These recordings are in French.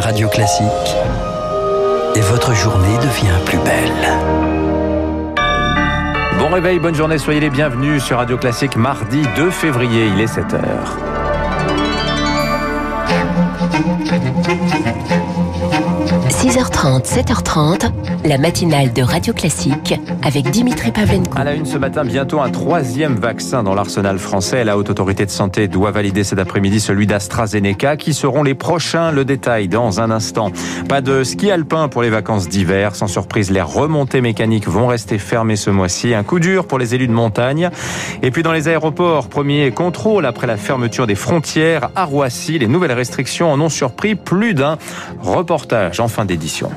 Radio Classique et votre journée devient plus belle. Bon réveil, bonne journée, soyez les bienvenus sur Radio Classique, mardi 2 février, il est 7h. – 6h30, 7h30, la matinale de Radio Classique avec Dimitri Pavlenko. À la une ce matin, bientôt un 3e vaccin dans l'arsenal français. La Haute Autorité de Santé doit valider cet après-midi celui d'AstraZeneca. Qui seront les prochains? Le détail dans un instant. Pas de ski alpin pour les vacances d'hiver. Sans surprise, les remontées mécaniques vont rester fermées ce mois-ci. Un coup dur pour les élus de montagne. Et puis dans les aéroports, premier contrôle après la fermeture des frontières à Roissy. Les nouvelles restrictions en ont surpris plus d'un. Reportage en fin d'édition.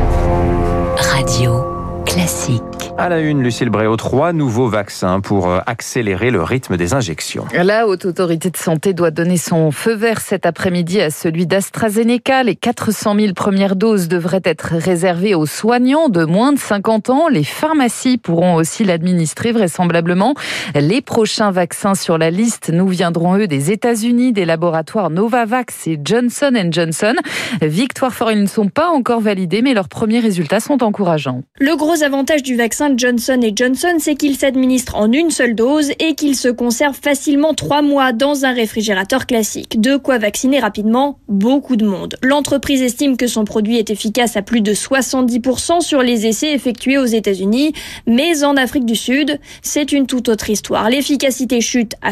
Radio Classique. À la une, Lucille Bréau, 3 nouveaux vaccins pour accélérer le rythme des injections. La Haute Autorité de Santé doit donner son feu vert cet après-midi à celui d'AstraZeneca. Les 400 000 premières doses devraient être réservées aux soignants de moins de 50 ans. Les pharmacies pourront aussi l'administrer vraisemblablement. Les prochains vaccins sur la liste nous viendront, eux, des États-Unis, des laboratoires Novavax et Johnson & Johnson. Victoire fort, ils ne sont pas encore validés, mais leurs premiers résultats sont encourageants. Le gros avantage du vaccin Johnson & Johnson, c'est qu'il s'administre en une seule dose et qu'il se conserve facilement 3 mois dans un réfrigérateur classique. De quoi vacciner rapidement beaucoup de monde. L'entreprise estime que son produit est efficace à plus de 70% sur les essais effectués aux États-Unis, mais en Afrique du Sud, c'est une toute autre histoire. L'efficacité chute à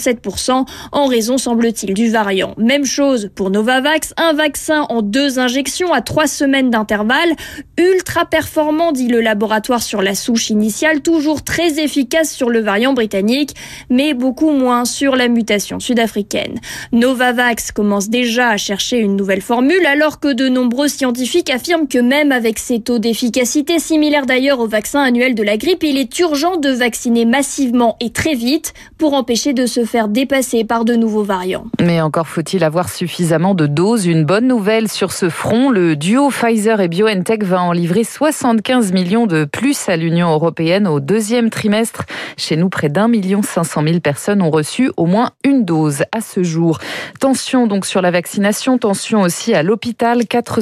57% en raison, semble-t-il, du variant. Même chose pour Novavax, un vaccin en 2 injections à 3 semaines d'intervalle, ultra performant, dit le laboratoire sur la souche initiale, toujours très efficace sur le variant britannique, mais beaucoup moins sur la mutation sud-africaine. Novavax commence déjà à chercher une nouvelle formule, alors que de nombreux scientifiques affirment que même avec ces taux d'efficacité similaires d'ailleurs au vaccin annuel de la grippe, il est urgent de vacciner massivement et très vite pour empêcher de se faire dépasser par de nouveaux variants. Mais encore faut-il avoir suffisamment de doses. Une bonne nouvelle sur ce front, le duo Pfizer et BioNTech va en livrer 75 millions de plus à l'Union européenne au 2e trimestre. Chez nous, près d'1 500 000 personnes ont reçu au moins une dose à ce jour. Tension donc sur la vaccination, tension aussi à l'hôpital.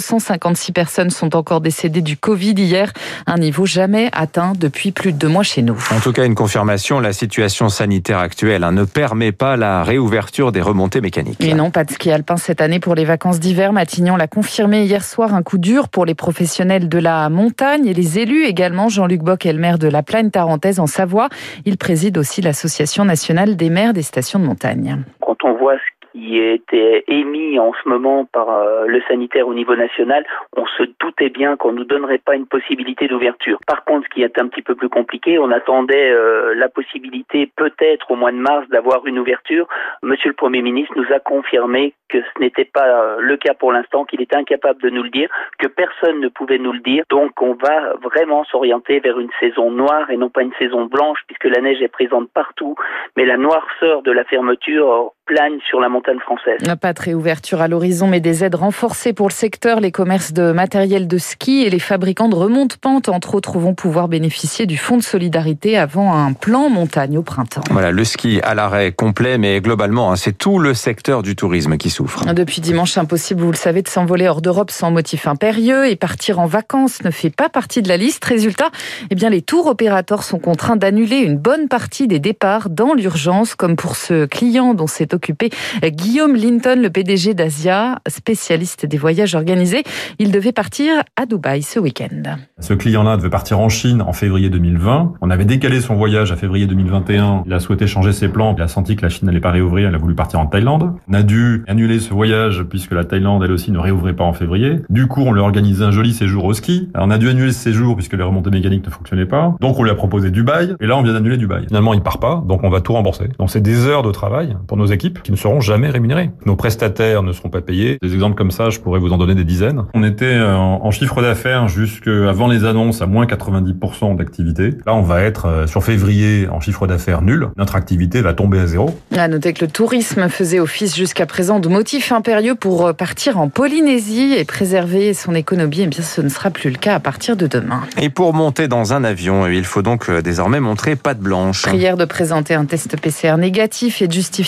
456 personnes sont encore décédées du Covid hier, un niveau jamais atteint depuis plus de 2 mois chez nous. En tout cas, une confirmation, la situation sanitaire actuelle ne permet pas la réouverture des remontées mécaniques. Et non, pas de ski alpin cette année pour les vacances d'hiver. Matignon l'a confirmé hier soir, un coup dur pour les professionnels de la montagne et les élus également. Jean-Luc Bock est le maire de la Plagne tarentaise en Savoie. Il préside aussi l'Association nationale des maires des stations de montagne. Quand on voit ce qui était émis en ce moment par le sanitaire au niveau national, on se doutait bien qu'on ne nous donnerait pas une possibilité d'ouverture. Par contre, ce qui est un petit peu plus compliqué, on attendait la possibilité peut-être au mois de mars d'avoir une ouverture. Monsieur le Premier ministre nous a confirmé que ce n'était pas le cas pour l'instant, qu'il était incapable de nous le dire, que personne ne pouvait nous le dire. Donc on va vraiment s'orienter vers une saison noire et non pas une saison blanche, puisque la neige est présente partout, mais la noirceur de la fermeture plane sur la montagne française. Pas de réouverture à l'horizon, mais des aides renforcées pour le secteur. Les commerces de matériel de ski et les fabricants de remonte-pente, entre autres, vont pouvoir bénéficier du fonds de solidarité avant un plan montagne au printemps. Voilà, le ski à l'arrêt complet, mais globalement, c'est tout le secteur du tourisme qui souffre. Depuis dimanche, impossible, vous le savez, de s'envoler hors d'Europe sans motif impérieux, et partir en vacances ne fait pas partie de la liste. Résultat, les tours opérateurs sont contraints d'annuler une bonne partie des départs dans l'urgence, comme pour ce client dont s'est occupé Guillaume Linton, le PDG d'Asia, spécialiste des voyages organisés. Il devait partir à Dubaï ce week-end. Ce client-là devait partir en Chine en février 2020. On avait décalé son voyage à février 2021. Il a souhaité changer ses plans. Il a senti que la Chine n'allait pas réouvrir. Il a voulu partir en Thaïlande. On a dû annuler ce voyage puisque la Thaïlande, elle aussi, ne réouvrait pas en février. Du coup, on lui a organisé un joli séjour au ski. Alors, on a dû annuler ce séjour puisque les remontées mécaniques ne fonctionnaient pas. Donc, on lui a proposé Dubaï. Et là, on vient d'annuler Dubaï. Finalement, il part pas. Donc, on va tout rembourser. Donc, c'est des heures de travail pour nos équipes qui ne seront jamais rémunérées. Nos prestataires ne seront pas payés. Des exemples comme ça, je pourrais vous en donner des dizaines. On était en chiffre d'affaires jusqu'avant les annonces à moins 90% d'activité. Là, on va être sur février en chiffre d'affaires nul. Notre activité va tomber à zéro. À noter que le tourisme faisait office jusqu'à présent de motif impérieux pour partir en Polynésie et préserver son économie. Eh bien, ce ne sera plus le cas à partir de demain. Et pour monter dans un avion, il faut donc désormais montrer patte blanche. Prière de présenter un test PCR négatif et de justifier d'un motif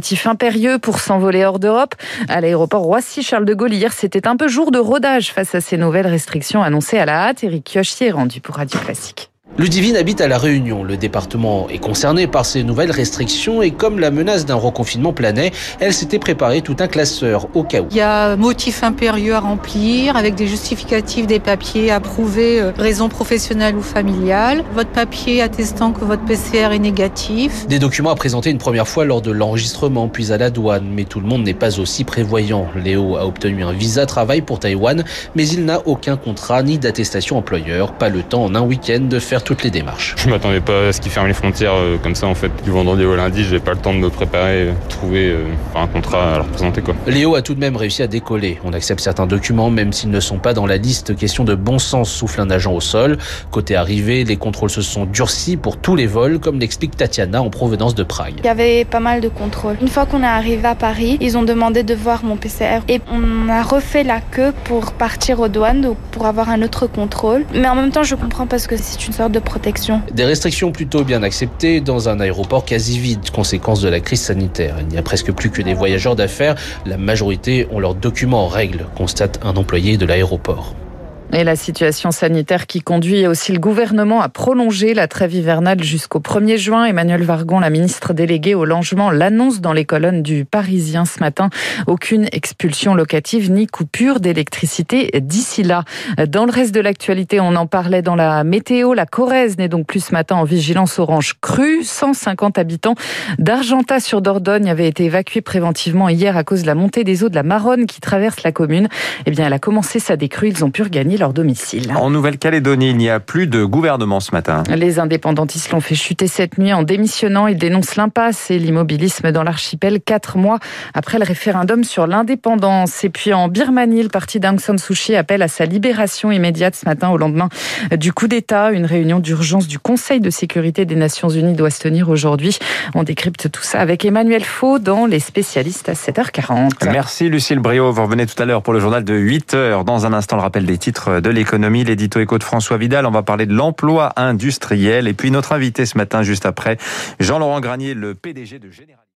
motif impérieux pour s'envoler hors d'Europe. À l'aéroport Roissy-Charles de Gaulle, hier, c'était un peu jour de rodage face à ces nouvelles restrictions annoncées à la hâte. Éric Kioch est rendu pour Radio Classique. Ludivine habite à La Réunion. Le département est concerné par ces nouvelles restrictions et comme la menace d'un reconfinement planait, elle s'était préparée tout un classeur au cas où. Il y a motif impérieux à remplir avec des justificatifs, des papiers à prouver, raison professionnelle ou familiale, votre papier attestant que votre PCR est négatif. Des documents à présenter une première fois lors de l'enregistrement puis à la douane, mais tout le monde n'est pas aussi prévoyant. Léo a obtenu un visa travail pour Taïwan, mais il n'a aucun contrat ni d'attestation employeur. Pas le temps en un week-end de faire toutes les démarches. Je m'attendais pas à ce qu'ils ferment les frontières comme ça en fait. Du vendredi au lundi, j'ai pas le temps de me préparer, trouver un contrat à leur présenter quoi. Léo a tout de même réussi à décoller. On accepte certains documents même s'ils ne sont pas dans la liste. Question de bon sens, souffle un agent au sol. Côté arrivée, les contrôles se sont durcis pour tous les vols, comme l'explique Tatiana en provenance de Prague. Il y avait pas mal de contrôles. Une fois qu'on est arrivé à Paris, ils ont demandé de voir mon PCR et on a refait la queue pour partir aux douanes, donc pour avoir un autre contrôle. Mais en même temps, je comprends parce que c'est une sorte de protection. Des restrictions plutôt bien acceptées dans un aéroport quasi vide, conséquence de la crise sanitaire. Il n'y a presque plus que des voyageurs d'affaires. La majorité ont leurs documents en règle, constate un employé de l'aéroport. Et la situation sanitaire qui conduit aussi le gouvernement à prolonger la trêve hivernale jusqu'au 1er juin. Emmanuel Vargon, la ministre déléguée au logement, l'annonce dans les colonnes du Parisien ce matin. Aucune expulsion locative ni coupure d'électricité d'ici là. Dans le reste de l'actualité, on en parlait dans la météo. La Corrèze n'est donc plus ce matin en vigilance orange crue. 150 habitants d'Argentat-sur-Dordogne avaient été évacués préventivement hier à cause de la montée des eaux de la Maronne qui traverse la commune. Eh bien, elle a commencé sa décrue. Ils ont pu regagner leur domicile. En Nouvelle-Calédonie, il n'y a plus de gouvernement ce matin. Les indépendantistes l'ont fait chuter cette nuit en démissionnant. Ils dénoncent l'impasse et l'immobilisme dans l'archipel 4 mois après le référendum sur l'indépendance. Et puis en Birmanie, le parti d'Aung San Suu Kyi appelle à sa libération immédiate ce matin au lendemain du coup d'État. Une réunion d'urgence du Conseil de sécurité des Nations Unies doit se tenir aujourd'hui. On décrypte tout ça avec Emmanuel Faux dans Les Spécialistes à 7h40. Merci Lucille Brio. Vous revenez tout à l'heure pour le journal de 8h. Dans un instant, le rappel des titres de l'économie, l'édito éco de François Vidal. On va parler de l'emploi industriel. Et puis notre invité ce matin, juste après, Jean-Laurent Granier, le PDG de Generali.